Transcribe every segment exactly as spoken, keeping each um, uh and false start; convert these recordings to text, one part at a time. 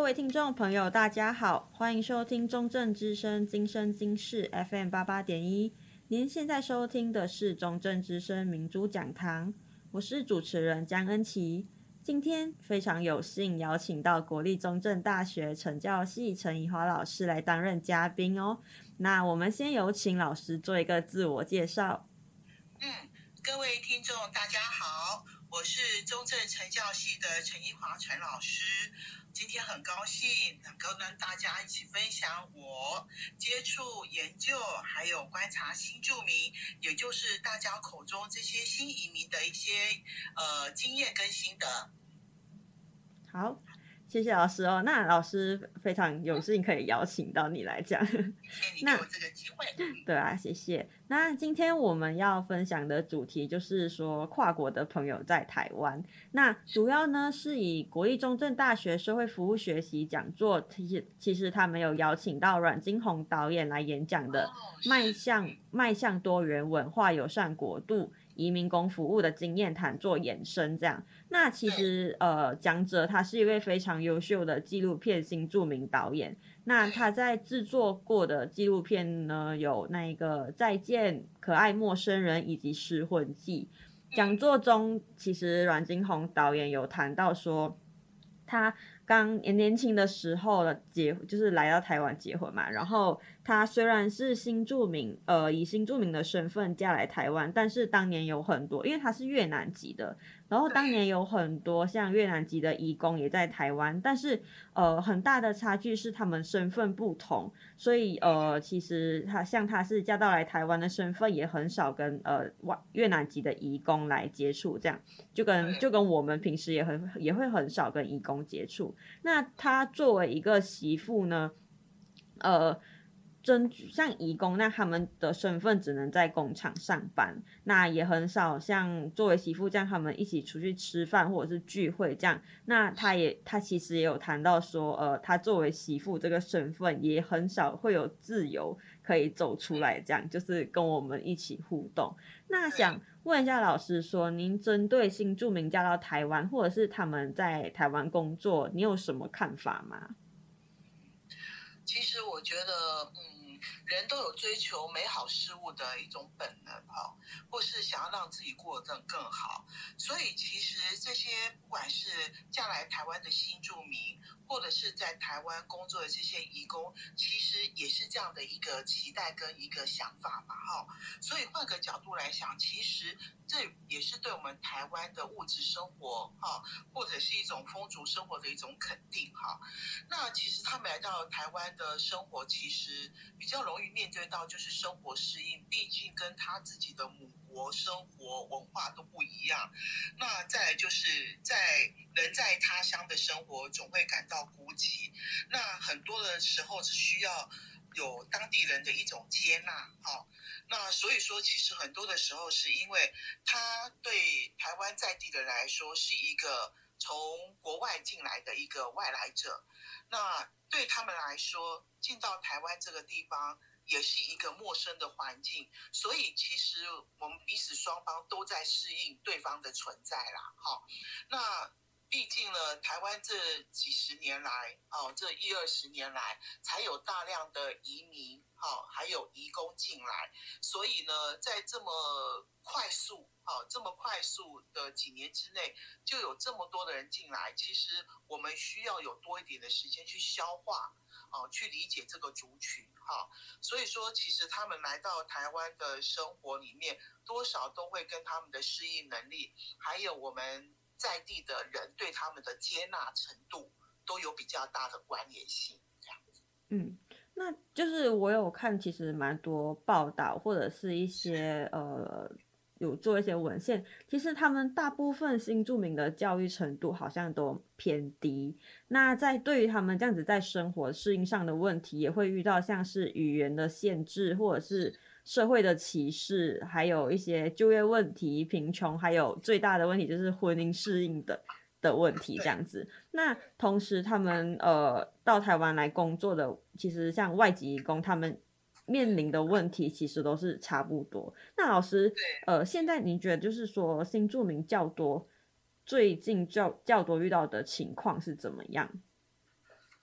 位听众朋友大家好，欢迎收听中正之声今生今世 F M 八八点一。您现在收听的是中正之声民主讲堂，我是主持人江恩琪。今天非常有幸邀请到国立中正大学成教系陈怡华老师来担任嘉宾哦。那我们先有请老师做一个自我介绍。 嗯，各位听众大家好，我是中正成教系的陈怡华陈老师。今天很高兴能够跟大家一起分享我接触、研究还有观察新住民，也就是大家口中这些新移民的一些呃经验跟心得。 好，谢谢老师哦。那老师非常有幸可以邀请到你来讲， 谢谢你给我这个机会。 对啊，谢谢。那今天我们要分享的主题就是说跨国的朋友在台湾。那主要呢是以国立中正大学社会服务学习讲座，其实其实他们有邀请到阮金红导演来演讲的迈向迈向多元文化友善国度移民工服务的经验谈做延伸这样。那其实呃讲者他是一位非常优秀的纪录片新著名导演。那他在制作过的纪录片呢，有那个再见可爱陌生人以及失婚记。讲座中，其实阮金红导演有谈到说，他刚年轻的时候结就是来到台湾结婚嘛，然后他虽然是新住民，呃，以新住民的身份嫁来台湾，但是当年有很多，因为他是越南籍的，然后当年有很多像越南籍的移工也在台湾，但是呃很大的差距是他们身份不同，所以呃其实他像他是嫁到来台湾的身份也很少跟呃越南籍的移工来接触，这样就跟就跟我们平时也很也会很少跟移工接触。那他作为一个媳妇呢，呃。真像移工，那他们的身份只能在工厂上班，那也很少像作为媳妇这样，他们一起出去吃饭或者是聚会这样。那他也他其实也有谈到说，呃，他作为媳妇这个身份也很少会有自由可以走出来，这样就是跟我们一起互动。那想问一下老师说，您针对新住民嫁到台湾，或者是他们在台湾工作，你有什么看法吗？ 其实我觉得，嗯，人都有追求美好事物的一种本能哈，或是想要让自己过得更好。所以其实这些不管是嫁来台湾的新住民，或者是在台湾工作的这些移工，其实也是这样的一个期待跟一个想法嘛哈。所以换个角度来想，其实这也是对我们台湾的物质生活哈，或者是一种风俗生活的一种肯定哈。那其实他们来到台湾的生活，其实比较容易面对到就是生活适应，毕竟跟他自己的母国生活文化都不一样。那再来就是在人在他乡的生活，总会感到孤寂。那很多的时候是需要有当地人的一种接纳，好，那所以说其实很多的时候是因为他对台湾在地的人来说是一个从国外进来的一个外来者，那对他们来说进到台湾这个地方也是一个陌生的环境，所以其实我们彼此双方都在适应对方的存在啦，好，那毕竟呢，台湾这几十年来，哦，这一二十年来，才有大量的移民，哦，还有移工进来，所以呢，在这么快速，哦，这么快速的几年之内，就有这么多的人进来，其实我们需要有多一点的时间去消化，哦，去理解这个族群，哈、哦，所以说，其实他们来到台湾的生活里面，多少都会跟他们的适应能力，还有我们在地的人对他们的接纳程度都有比较大的关联性，这样子。 嗯，那就是我有看，其实蛮多报道或者是一些呃有做一些文献，其实他们大部分新住民的教育程度好像都偏低。那在对于他们这样子在生活适应上的问题，也会遇到像是语言的限制，或者是社会的歧视，还有一些就业问题、贫穷，还有最大的问题就是婚姻适应的的问题这样子。那同时他们呃到台湾来工作的，其实像外籍移工，他们面临的问题其实都是差不多。那老师，呃，现在你觉得就是说新住民较多，最近较较多遇到的情况是怎么样？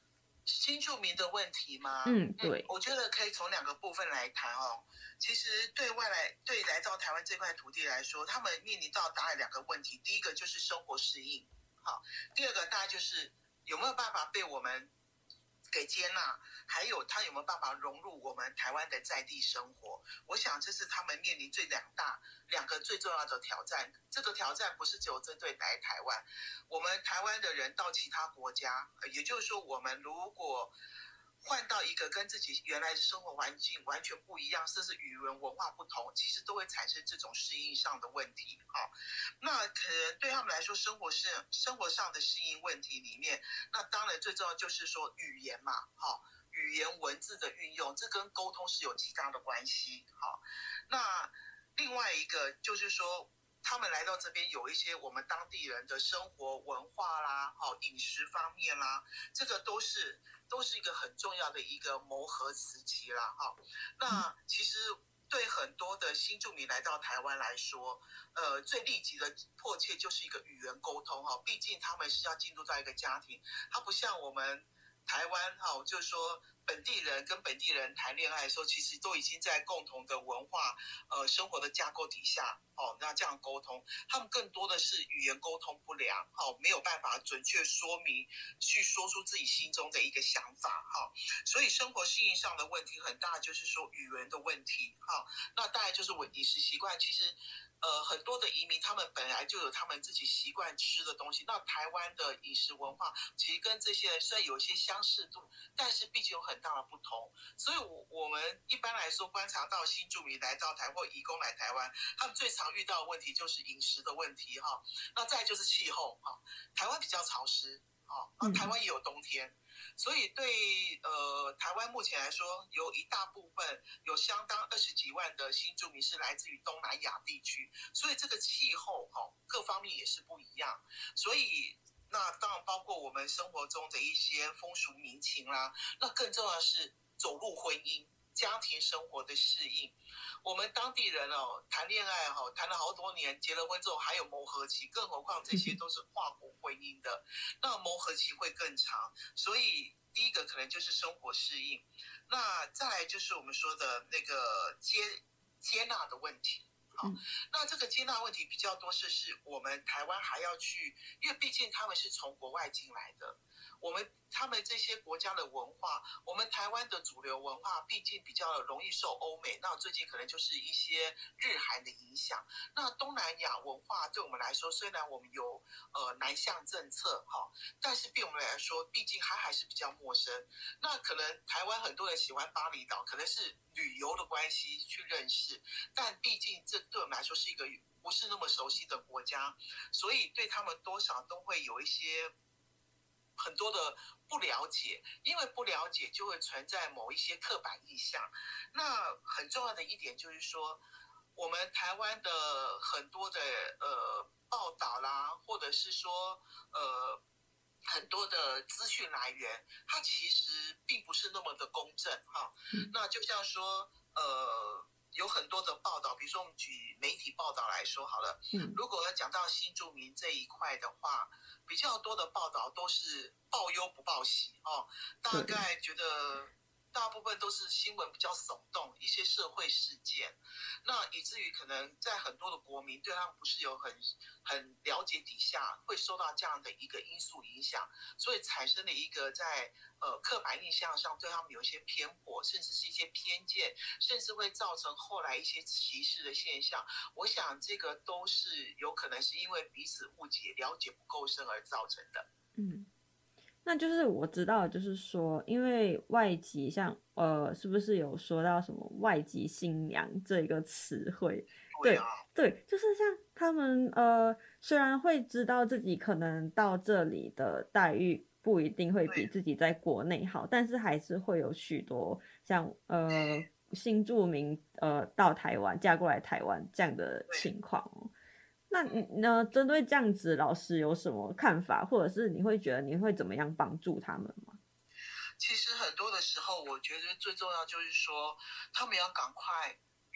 新住民的问题吗？ 嗯，对， 嗯，我觉得可以从两个部分来谈哦。其实对外来对来到台湾这块土地来说，他们面临到大概两个问题，第一个就是生活适应，好，第二个大概就是有没有办法被我们给接纳，还有他有没有办法融入我们台湾的在地生活。我想这是他们面临最两大两个最重要的挑战。这个挑战不是只有针对来台湾，我们台湾的人到其他国家，也就是说我们如果换到一个跟自己原来的生活环境完全不一样，甚至语文文化不同，其实都会产生这种适应上的问题。好，那可能对他们来说，生活是生活上的适应问题里面，那当然最重要就是说语言嘛，好，语言文字的运用，这跟沟通是有极大的关系。好，那另外一个就是说，他们来到这边有一些我们当地人的生活文化啦，好，饮食方面啦，这个都是都是一个很重要的一个磨合时期啦，哈。那其实对很多的新住民来到台湾来说，呃，最立即的迫切就是一个语言沟通哈，毕竟他们是要进入到一个家庭，它不像我们台湾哈，就是说本地人跟本地人谈恋爱的时候，其实都已经在共同的文化呃生活的架构底下哦，那这样沟通，他们更多的是语言沟通不良，哦，没有办法准确说明，去说出自己心中的一个想法哈，所以生活适应上的问题很大，就是说语言的问题哈，那大概就是我饮食习惯，其实。呃，很多的移民他们本来就有他们自己习惯吃的东西。那台湾的饮食文化其实跟这些人虽然有一些相似度，但是毕竟有很大的不同。所以我，我们一般来说观察到新住民来到台或移工来台湾，他们最常遇到的问题就是饮食的问题哈。那再就是气候哈，台湾比较潮湿啊，那台湾也有冬天。所以对呃台湾目前来说，有一大部分有相当二十几万的新住民是来自于东南亚地区，所以这个气候哈、哦、各方面也是不一样，所以那当然包括我们生活中的一些风俗民情啦，那更重要的是走入婚姻。家庭生活的适应，我们当地人哦，谈恋爱哈、哦，谈了好多年，结了婚之后还有磨合期，更何况这些都是跨国婚姻的，那磨合期会更长。所以第一个可能就是生活适应，那再来就是我们说的那个接接纳的问题。好，那这个接纳问题比较多是是我们台湾还要去，因为毕竟他们是从国外进来的。我们他们这些国家的文化，我们台湾的主流文化毕竟比较容易受欧美，那最近可能就是一些日韩的影响。那东南亚文化对我们来说，虽然我们有呃南向政策哈，但是对我们来说，毕竟还还是比较陌生。那可能台湾很多人喜欢巴厘岛，可能是旅游的关系去认识，但毕竟这对我们来说是一个不是那么熟悉的国家，所以对他们多少都会有一些。很多的不了解，因为不了解就会存在某一些刻板印象。那很重要的一点就是说，我们台湾的很多的呃报道啦，或者是说呃很多的资讯来源，它其实并不是那么的公正哈。那就像说呃。有很多的报道，比如说我们举媒体报道来说好了，如果要讲到新住民这一块的话，比较多的报道都是报忧不报喜哦，大概觉得大部分都是新闻比较耸动，一些社会事件，那以至于可能在很多的国民对他们不是有很很了解底下，会受到这样的一个因素影响，所以产生了一个在呃刻板印象上对他们有一些偏颇，甚至是一些偏见，甚至会造成后来一些歧视的现象。我想这个都是有可能是因为彼此误解、了解不够深而造成的。 嗯，那就是我知道，就是说，因为外籍像呃，是不是有说到什么外籍新娘这一个词汇？ 对啊， 对，就是像他们呃，虽然会知道自己可能到这里的待遇不一定会比自己在国内好，但是还是会有许多像呃新住民呃到台湾嫁过来台湾这样的情况哦。那呢，针对这样子，老师有什么看法，或者是你会觉得你会怎么样帮助他们吗？ 其实很多的时候，我觉得最重要就是说，他们要赶快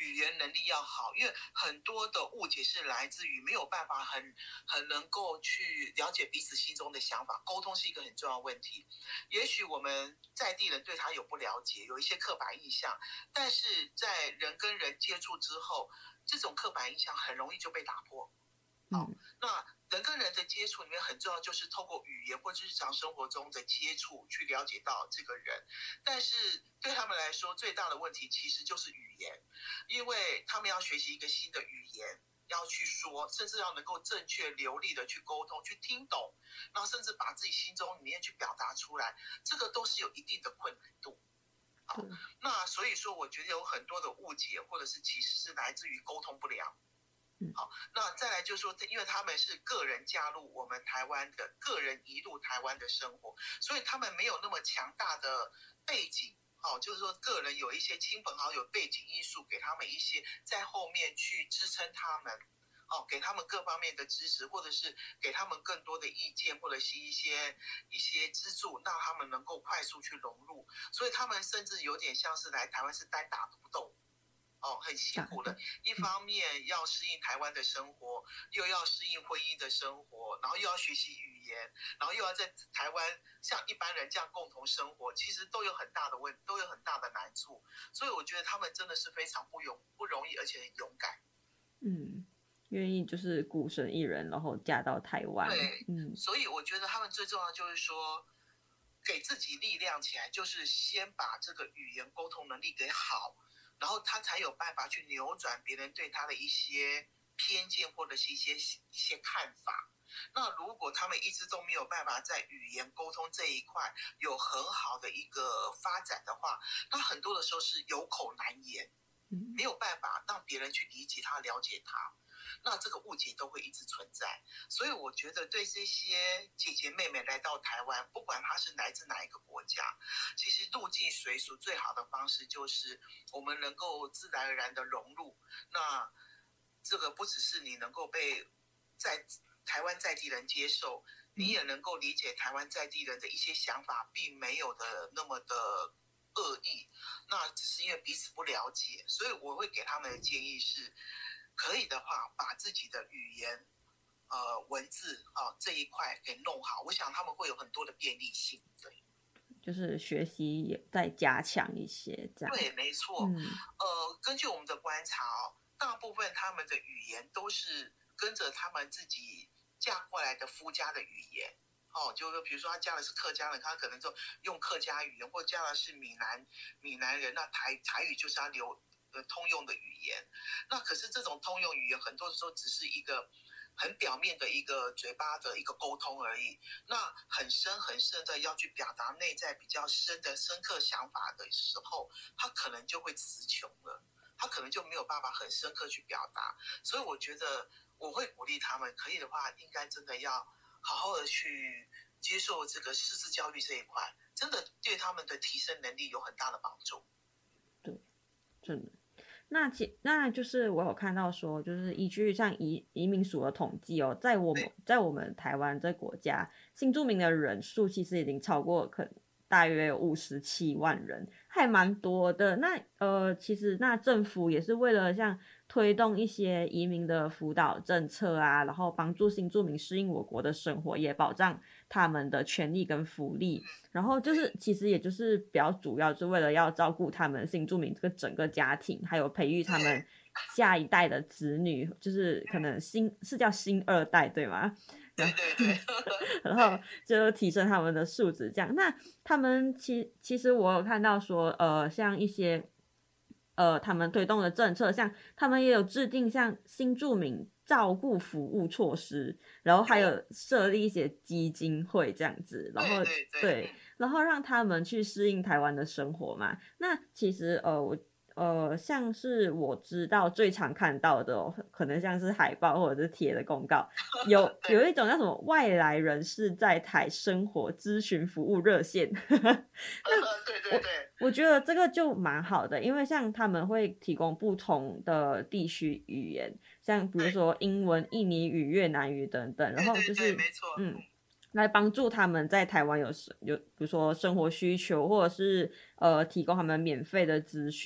语言能力要好，因为很多的误解是来自于没有办法很很能够去了解彼此心中的想法，沟通是一个很重要的问题。也许我们在地人对他有不了解，有一些刻板印象，但是在人跟人接触之后，这种刻板印象很容易就被打破。好，那人跟人的接触里面很重要，就是透过语言或者日常生活中的接触去了解到这个人。但是对他们来说，最大的问题其实就是语言，因为他们要学习一个新的语言，要去说，甚至要能够正确流利的去沟通、去听懂，然后甚至把自己心中里面去表达出来，这个都是有一定的困难度。好，那所以说，我觉得有很多的误解，或者是其实是来自于沟通不良。好，那再来就是说，因为他们是个人加入我们台湾的，个人移入台湾的生活，所以他们没有那么强大的背景。哦，就是说个人有一些亲朋好友背景因素，给他们一些在后面去支撑他们，哦，给他们各方面的支持，或者是给他们更多的意见，或者是一些一些资助，让他们能够快速去融入。所以他们甚至有点像是来台湾是单打独斗。哦，很辛苦的，一方面要适应台湾的生活，又要适应婚姻的生活，然后又要学习语言，然后又要在台湾像一般人这样共同生活，其实都有很大的问，都有很大的难处。所以我觉得他们真的是非常不容不容易，而且很勇敢。 嗯，愿意就是孤身一人，然后嫁到台湾。 对， 嗯， 所以我觉得他们最重要就是说，给自己力量起来，就是先把这个语言沟通能力给好。然后他才有办法去扭转别人对他的一些偏见或者是一些一些看法。那如果他们一直都没有办法在语言沟通这一块有很好的一个发展的话，那很多的时候是有口难言，没有办法让别人去理解他、了解他。那这个误解都会一直存在。所以我觉得对这些姐姐妹妹来到台湾，不管她是来自哪一个国家，其实入境随俗最好的方式就是我们能够自然而然的融入。那这个不只是你能够被在台湾在地人接受，你也能够理解台湾在地人的一些想法并没有的那么的恶意，那只是因为彼此不了解。所以我会给他们的建议是，可以的话把自己的语言呃文字啊这一块给弄好，我想他们会有很多的便利性。对， 就是学习也再加强一些这样。 对，没错。嗯、呃，根据我们的观察哦，大部分他们的语言都是跟着他们自己嫁过来的夫家的语言。哦，就是比如说他嫁的是客家人，他可能就用客家语言，或嫁的是闽南闽南人，那台台语就是他留呃通用的语言。那可是这种通用语言很多时候只是一个很表面的一个嘴巴的一个沟通而已。那很深很深的要去表达内在比较深的深刻想法的时候，他可能就会词穷了，他可能就没有办法很深刻去表达。所以我觉得我会鼓励他们，可以的话应该真的要好好的去接受这个识字教育这一块，真的对他们的提升能力有很大的帮助。 对，真的。那其那就是我有看到说，就是依据像移移民署的统计哦，在我们在我们台湾这国家，新住民的人数其实已经超过可大约有五十七万人，还蛮多的。那呃，其实那政府也是为了像推动一些移民的辅导政策啊，然后帮助新住民适应我国的生活，也保障他们的权利跟福利。然后就是其实也就是比较主要是为了要照顾他们新住民这个整个家庭，还有培育他们下一代的子女，就是可能新是叫新二代对吗？ 对对对， 然后就提升他们的素质，这样。那他们其其实我有看到说，呃，像一些呃他们推动的政策，像他们也有制定像新住民照顾服务措施，然后还有设立一些基金会这样子，然后对, 对, 对，然后让他们去适应台湾的生活嘛。那其实呃我。呃，像是我知道最常看到的、哦，可能像是海报或者是贴的公告，有有一种叫什么外来人士在台生活咨询服务热线。 那对对对我，我觉得这个就蛮好的，因为像他们会提供不同的地区语言，像比如说英文、印尼语、越南语等等，然后就是对对对没错嗯。来帮助他们在台湾有有，比如说生活需求，或者是呃提供他们免费的咨询。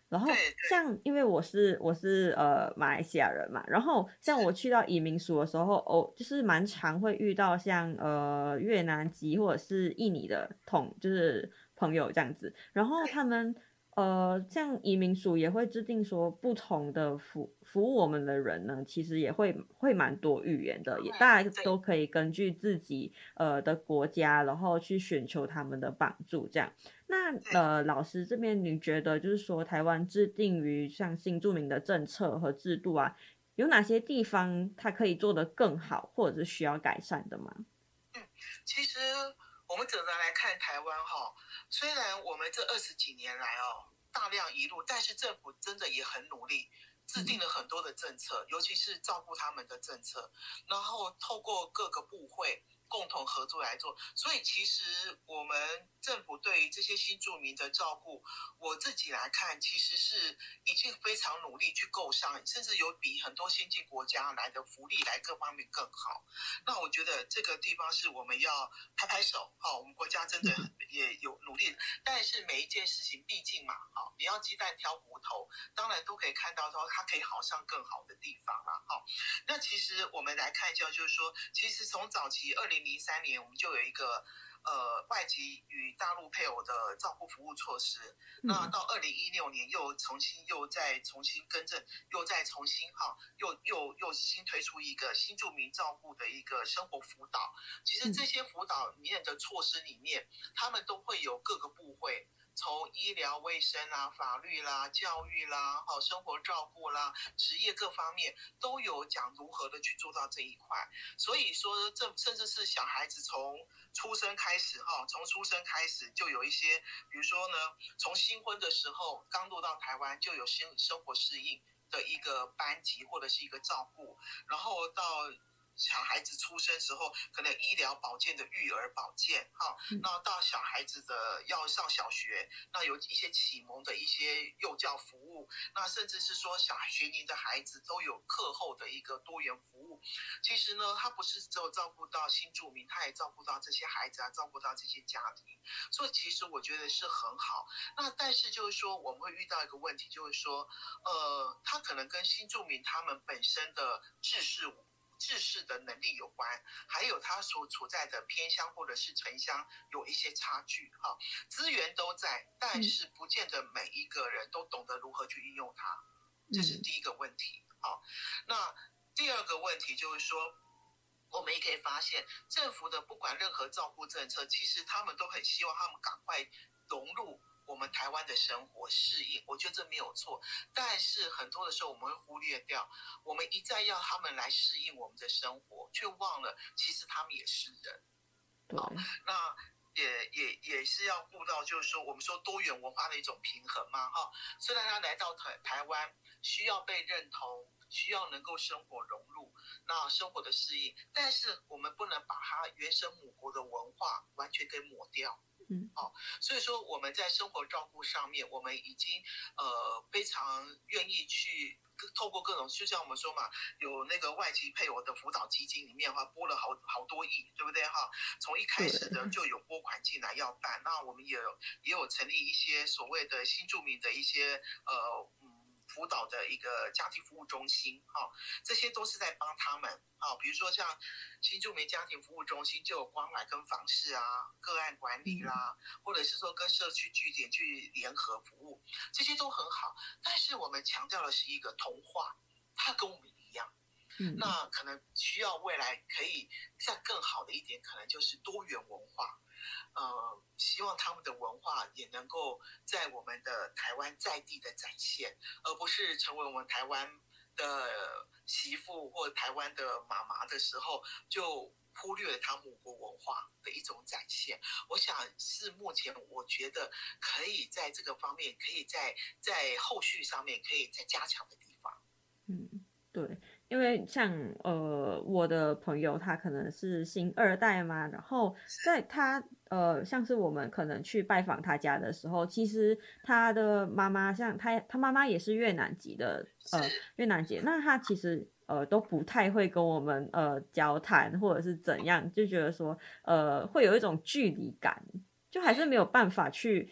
然后对对像因为我是我是呃马来西亚人嘛，然后像我去到移民署的时候，哦，就是蛮常会遇到像呃越南籍或者是印尼的同就是朋友这样子，然后他们呃像移民署也会制定说不同的服服务我们的人呢，其实也会会蛮多语言的，也大家对都可以根据自己呃的国家，然后去寻求他们的帮助这样。那对。 呃，老师这边你觉得就是说，台湾制定于像新住民的政策和制度啊，有哪些地方它可以做得更好，或者是需要改善的吗？ 嗯，其实我们整个来看台湾哈，虽然我们这二十几年来哦大量移入，但是政府真的也很努力，制定了很多的政策，尤其是照顾他们的政策，然后透过各个部会共同合作来做。所以其实我们政府对于这些新住民的照顾，我自己来看，其实是已经非常努力去够上，甚至有比很多先进国家来的福利来各方面更好。那我觉得这个地方是我们要拍拍手，好，我们国家真的也有努力，但是每一件事情毕竟嘛，好，你要鸡蛋挑骨头，当然都可以看到说它可以好上更好的地方啦，好。那其实我们来看一下，就是说，其实从早期二零零三年我们就有一个。呃，外籍与大陆配偶的照顾服务措施， 嗯那到二零一六年又重新又再重新更正，又再重新哈，又又又新推出一个新住民照顾的一个生活辅导。其实这些辅导里面的措施里面，他们都会有各个部会。从医疗卫生啦、法律啦、教育啦、好生活照顾啦、职业各方面都有讲如何的去做到这一块。所以说，这甚至是小孩子从出生开始哈，从出生开始就有一些，比如说呢，从新婚的时候刚落到台湾就有生生活适应的一个班级或者是一个照顾，然后到小孩子出生时候，可能医疗保健的育儿保健哈，那到小孩子的要上小学，那有一些启蒙的一些幼教服务，那甚至是说小学龄的孩子都有课后的一个多元服务。其实呢，他不是只有照顾到新住民，他也照顾到这些孩子啊，照顾到这些家庭，所以其实我觉得是很好。那但是就是说，我们会遇到一个问题，就是说，呃，他可能跟新住民他们本身的知识。治世的能力有关，还有他所处在的偏乡或者是城乡有一些差距哈。资源都在，但是不见得每一个人都懂得如何去运用它，这是第一个问题。好，那第二个问题就是说，我们也可以发现，政府的不管任何照顾政策，其实他们都很希望他们赶快融入我们台湾的生活适应，我觉得这没有错。但是很多的时候我们会忽略掉，我们一再要他们来适应我们的生活，却忘了其实他们也是人。 对， 哦，那也也也是要顾到，就是说我们说多元文化的一种平衡嘛，哈。虽然他来到台台湾需要被认同，需要能够生活融入，那生活的适应，但是我们不能把他原生母国的文化完全给抹掉。 嗯， 哦，所以说我们在生活照顾上面，我们已经呃非常愿意去透过各种，就像我们说嘛，有那个外籍配偶的辅导基金里面哈，拨了好好多亿，对不对哈？从一开始的就有拨款进来要办，那我们也有也有成立一些所谓的新住民的一些呃嗯。辅导的一个家庭服务中心，哈，这些都是在帮他们，啊，比如说像新住民家庭服务中心就有关怀跟访视啊、个案管理啦，或者是说跟社区据点去联合服务，这些都很好。但是我们强调的是一个同化，它跟我们一样。嗯，那可能需要未来可以再更好的一点，可能就是多元文化。呃，希望他们的文化也能够在我们的台湾在地的展现，而不是成为我们台湾的媳妇或台湾的妈妈的时候，就忽略了他母国文化的一种展现。我想是目前我觉得可以在这个方面，可以在在后续上面可以再加强的地方。 嗯，对。因为像呃我的朋友他可能是新二代嘛，然后在他呃像是我们可能去拜访他家的时候，其实他的妈妈像他他妈妈也是越南籍的呃越南籍，那他其实呃都不太会跟我们呃交谈或者是怎样，就觉得说呃会有一种距离感，就还是没有办法去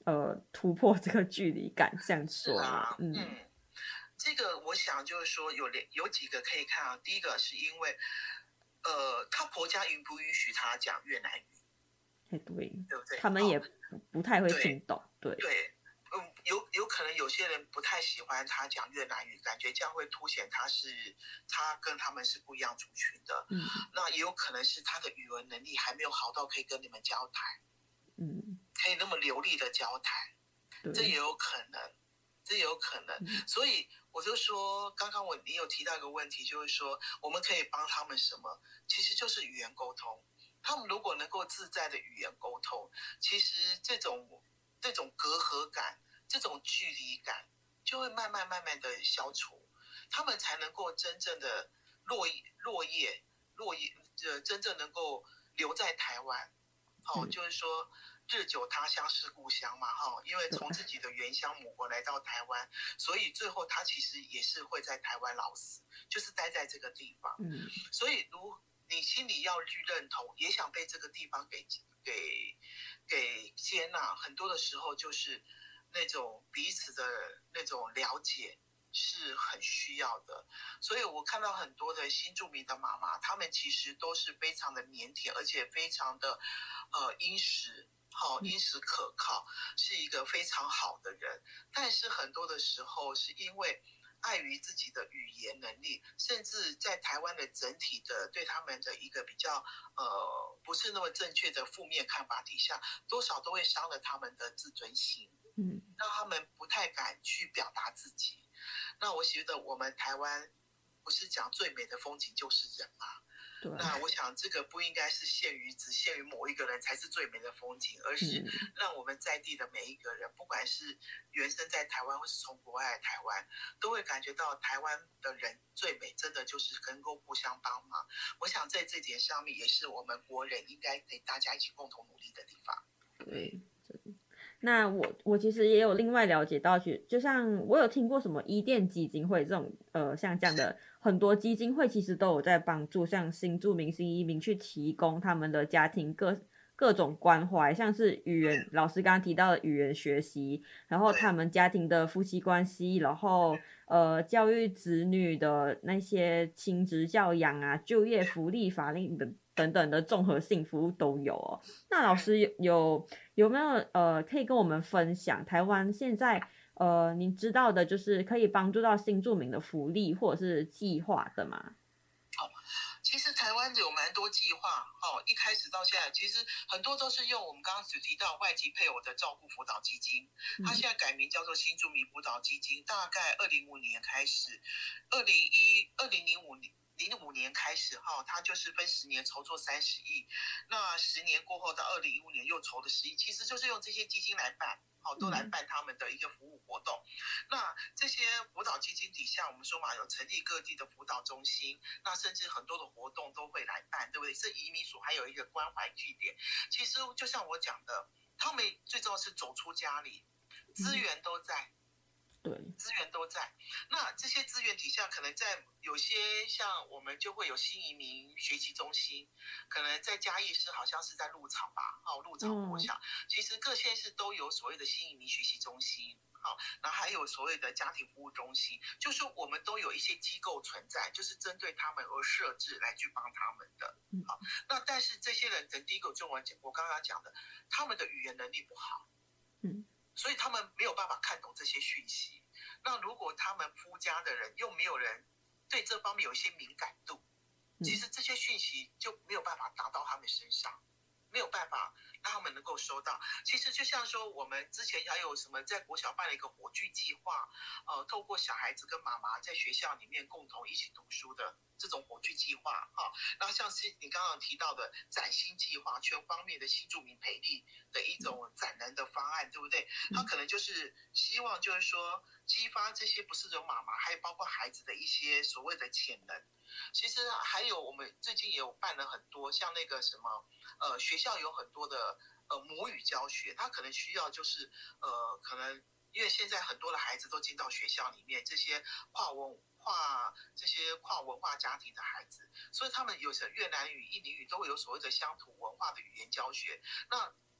呃突破这个距离感，这样是说嘛？ 啊， 嗯， 嗯，这个我想就是说有两有几个可以看啊。第一个是因为，呃，她婆家允不允许她讲越南语， 哎对， 对不对？ 他们也哦， 不不太会听对懂，对， 对，嗯，有有可能有些人不太喜欢她讲越南语，感觉这样会凸显她是她跟他们是不一样族群的。 嗯那也有可能是她的语文能力还没有好到可以跟你们交谈， 嗯， 可以那么流利的交谈。这也对， 有可能，这也有可能。 嗯所以我就说，刚刚我你有提到一个问题，就是说我们可以帮他们什么？其实就是语言沟通。他们如果能够自在的语言沟通，其实这种这种隔阂感、这种距离感就会慢慢慢慢的消除，他们才能够真正的落落叶落叶，呃，真正能够留在台湾。哦， 嗯就是说日久他乡是故乡嘛，哈、哦，因为对， 从自己的原乡母国来到台湾，所以最后他其实也是会在台湾老死，就是待在这个地方。 嗯所以如你心里要去认同，也想被这个地方给给给接纳，很多的时候就是那种彼此的那种了解是很需要的。所以我看到很多的新住民的妈妈，她们其实都是非常的腼腆，而且非常的呃殷实。好，殷实可靠，是一个非常好的人。但是很多的时候，是因为碍于自己的语言能力，甚至在台湾的整体的对他们的一个比较呃不是那么正确的负面看法底下，多少都会伤了他们的自尊心， 嗯让他们不太敢去表达自己。那我觉得我们台湾不是讲最美的风景就是人吗？ 对， 那我想这个不应该是限于只限于某一个人才是最美的风景，而是嗯让我们在地的每一个人，不管是原生在台湾或是从国外来台湾，都会感觉到台湾的人最美，真的就是能够互相帮忙。我想在这点上面，也是我们国人应该给大家一起共同努力的地方。 对。那我我其实也有另外了解到，去就像我有听过什么伊甸基金会这种呃像这样的很多基金会，其实都有在帮助像新住民、新移民去提供他们的家庭各各种关怀，像是语言老师刚刚提到的语言学习，然后他们家庭的夫妻关系，然后呃教育子女的那些亲职教养啊、就业福利、法令等等等的综合性服务都有哦。那老师有有有没有呃可以跟我们分享台湾现在呃您知道的，就是可以帮助到新住民的福利或者是计划的吗？ 哦，其实台湾有蛮多计划，哦，一开始到现在，其实很多都是用我们刚刚只提到外籍配偶的照顾辅导基金，它现在改名叫做新住民辅导基金，大概二零五年开始，二零一二零零五年。零五年开始哈，它就是分十年筹措三十亿，那十年过后到二零一五年又筹了十亿，其实就是用这些基金来办，好，都来办他们的一个服务活动。那这些辅导基金底下，我们说嘛，有成立各地的辅导中心，那甚至很多的活动都会来办，对不对？这移民署还有一个关怀据点。其实就像我讲的，他们最重要是走出家里，资源都在。 对， 资源都在，那这些资源底下，可能在有些像我们就会有新移民学习中心，可能在嘉义市好像是在鹿草吧，哦，鹿草国小，其实各县市都有所谓的新移民学习中心，好，然后还有所谓的家庭服务中心，就是我们都有一些机构存在，就是针对他们而设置来去帮他们的，好，那但是这些人，第一个就我讲，我刚刚讲的，他们的语言能力不好， 嗯。 所以他们没有办法看懂这些讯息。那如果他们夫家的人又没有人对这方面有一些敏感度，其实这些讯息就没有办法打到他们身上，没有办法让他们能够收到。其实就像说，我们之前还有什么在国小办了一个火炬计划，呃，透过小孩子跟妈妈在学校里面共同一起读书的这种火炬计划啊。那像是你刚刚提到的崭新计划，全方面的新住民培力的一种展能的方案，对不对？他可能就是希望就是说激发这些不是人妈妈，还有包括孩子的一些所谓的潜能。其实还有我们最近也有办了很多，像那个什么，呃，学校有很多的呃母语教学，他可能需要就是呃，可能因为现在很多的孩子都进到学校里面，这些跨文跨这些跨文化家庭的孩子，所以他们有些越南语、印尼语都会有所谓的乡土文化的语言教学。那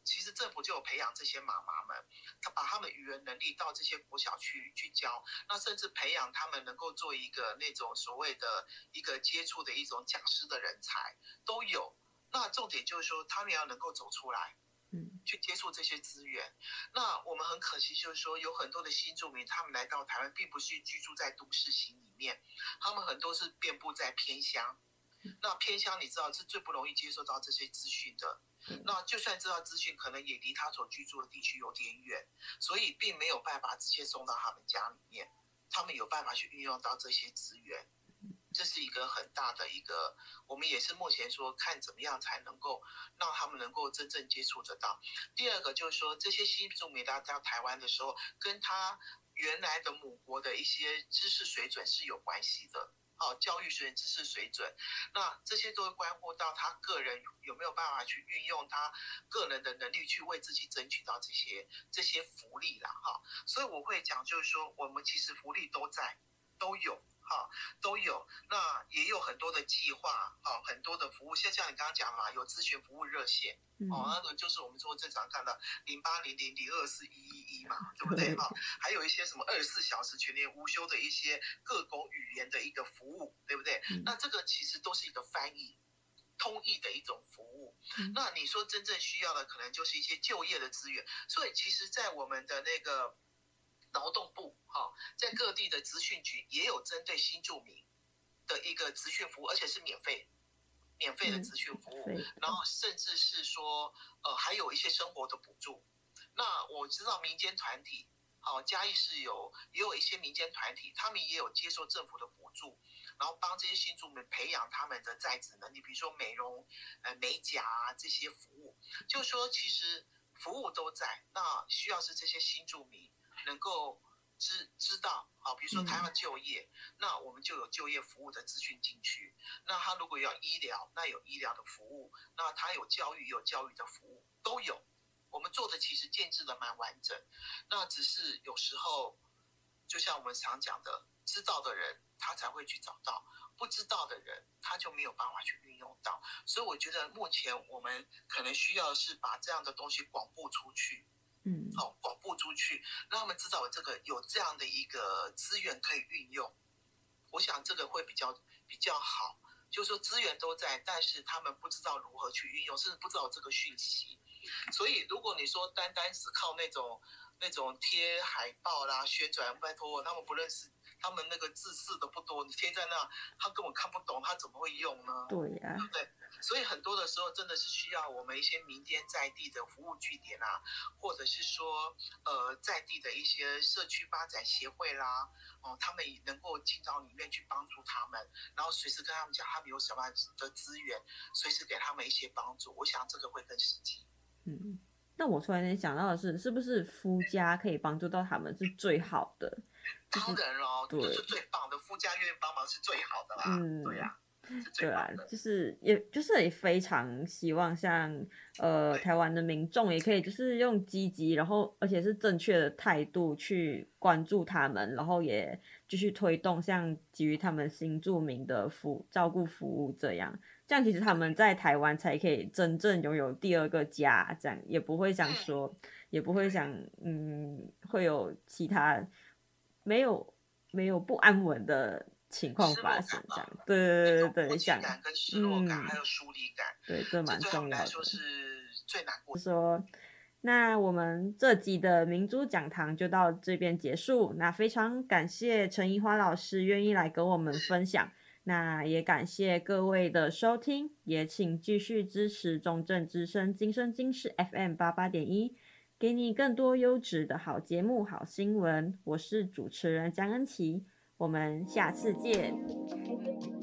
其实政府就有培养这些妈妈们，他把他们语言能力到这些国小去去教，那甚至培养他们能够做一个那种所谓的一个接触的一种讲师的人才都有。那重点就是说，他们要能够走出来，嗯，去接触这些资源。那我们很可惜，就是说有很多的新住民，他们来到台湾，并不是居住在都市型里面，他们很多是遍布在偏乡。那偏乡你知道是最不容易接受到这些资讯的，那就算知道资讯，可能也离他所居住的地区有点远，所以并没有办法直接送到他们家里面，他们有办法去运用到这些资源，这是一个很大的一个，我们也是目前说看怎么样才能够让他们能够真正接触得到。第二个就是说，这些新住民到台湾的时候，跟他原来的母国的一些知识水准是有关系的。哦，教育水准、知识水准，那这些都会关乎到他个人有没有办法去运用他个人的能力去为自己争取到这些这些福利啦，哈。所以我会讲，就是说我们其实福利都在，都有。哈，都有，那也有很多的计划，哈，很多的服务，像像你刚刚讲嘛，有咨询服务热线，哦，那个就是我们说正常看到零八零零零二四一一一嘛，对不对？哈，还有一些什么二十四小时全年无休的一些各种语言的一个服务，对不对？那这个其实都是一个翻译。通译的一种服务，那你说真正需要的可能就是一些就业的资源，所以其实在我们的那个劳动部，哦，在各地的职训局也有针对新住民的一个职训服务，而且是免费免费的职训服务，嗯，然后甚至是说呃还有一些生活的补助。那我知道民间团体，好，哦，嘉义是有也有一些民间团体，他们也有接受政府的补助，然后帮这些新住民培养他们的在职能力，比如说美容、呃美甲啊这些服务。就是说其实服务都在，那需要是这些新住民能够知知道，好，比如说他要就业，嗯，那我们就有就业服务的资讯进去。那他如果要医疗，那有医疗的服务，那他有教育，有教育的服务，都有。我们做的其实建制的蛮完整，那只是有时候，就像我们常讲的，知道的人他才会去找到，不知道的人他就没有办法去运用到。所以我觉得目前我们可能需要的是把这样的东西广布出去。嗯，好，哦，广布出去，让他们知道有这个有这样的一个资源可以运用。我想这个会比较比较好，就是说资源都在，但是他们不知道如何去运用，甚至不知道这个讯息。所以如果你说单单是靠那种那种贴海报啦、宣传，拜托他们不认识，他们那个字识的不多，你贴在那，他根本看不懂，他怎么会用呢？ 对呀， 对不对？所以很多的时候真的是需要我们一些民间在地的服务据点啊，或者是说呃在地的一些社区发展协会啦，哦，他们也能够进到里面去帮助他们，然后随时跟他们讲他们有什么样的资源，随时给他们一些帮助。我想这个会更实际。 嗯，那我突然间想到的是，是不是夫家可以帮助到他们是最好的？ 就是、当然咯，对，就是最棒的，夫家愿意帮忙是最好的啦。嗯，对呀，啊， 对啊，就是也就是也非常希望像呃台湾的民众也可以就是用积极，然后而且是正确的态度去关注他们，然后也继续推动像给予他们新住民的服照顾服务这样。这样其实他们在台湾才可以真正拥有第二个家，这样也不会想说，也不会想，嗯，会有其他没有没有不安稳的情况发生，这样，对对对对， 像感跟失落感，嗯，还有疏离感， 对，这蛮重要的。 这对他们来说是最难过的。 说，那我们这集的明珠讲堂就到这边结束。那非常感谢陈怡花老师愿意来跟我们分享。那也感谢各位的收听，也请继续支持中正之声今生今世 F M 八八点一，给你更多优质的好节目、好新闻。我是主持人江恩琪，我们下次见。